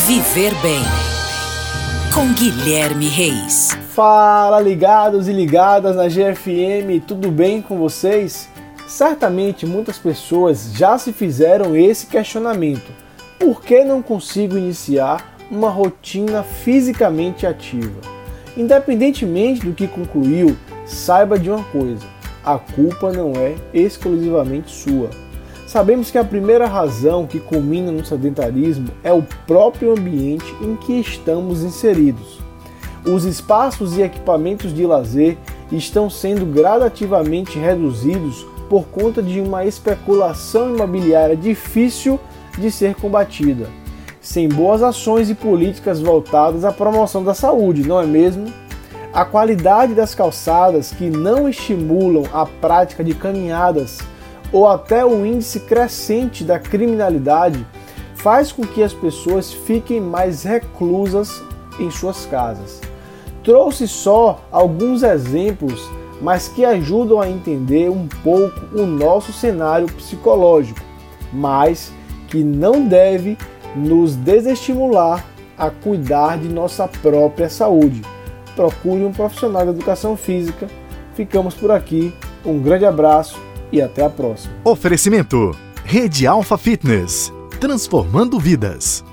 Viver Bem, com Guilherme Reis. Fala, ligados e ligadas na GFM, tudo bem com vocês? Certamente muitas pessoas já se fizeram esse questionamento: por que não consigo iniciar uma rotina fisicamente ativa? Independentemente do que concluiu, saiba de uma coisa: a culpa não é exclusivamente sua. Sabemos que a primeira razão que culmina no sedentarismo é o próprio ambiente em que estamos inseridos. Os espaços e equipamentos de lazer estão sendo gradativamente reduzidos por conta de uma especulação imobiliária difícil de ser combatida, sem boas ações e políticas voltadas à promoção da saúde, não é mesmo? A qualidade das calçadas que não estimulam a prática de caminhadas ou até o índice crescente da criminalidade faz com que as pessoas fiquem mais reclusas em suas casas. Trouxe só alguns exemplos, mas que ajudam a entender um pouco o nosso cenário psicológico, mas que não deve nos desestimular a cuidar de nossa própria saúde. Procure um profissional da educação física. Ficamos por aqui. Um grande abraço e até a próxima. Oferecimento: Rede Alfa Fitness, transformando vidas.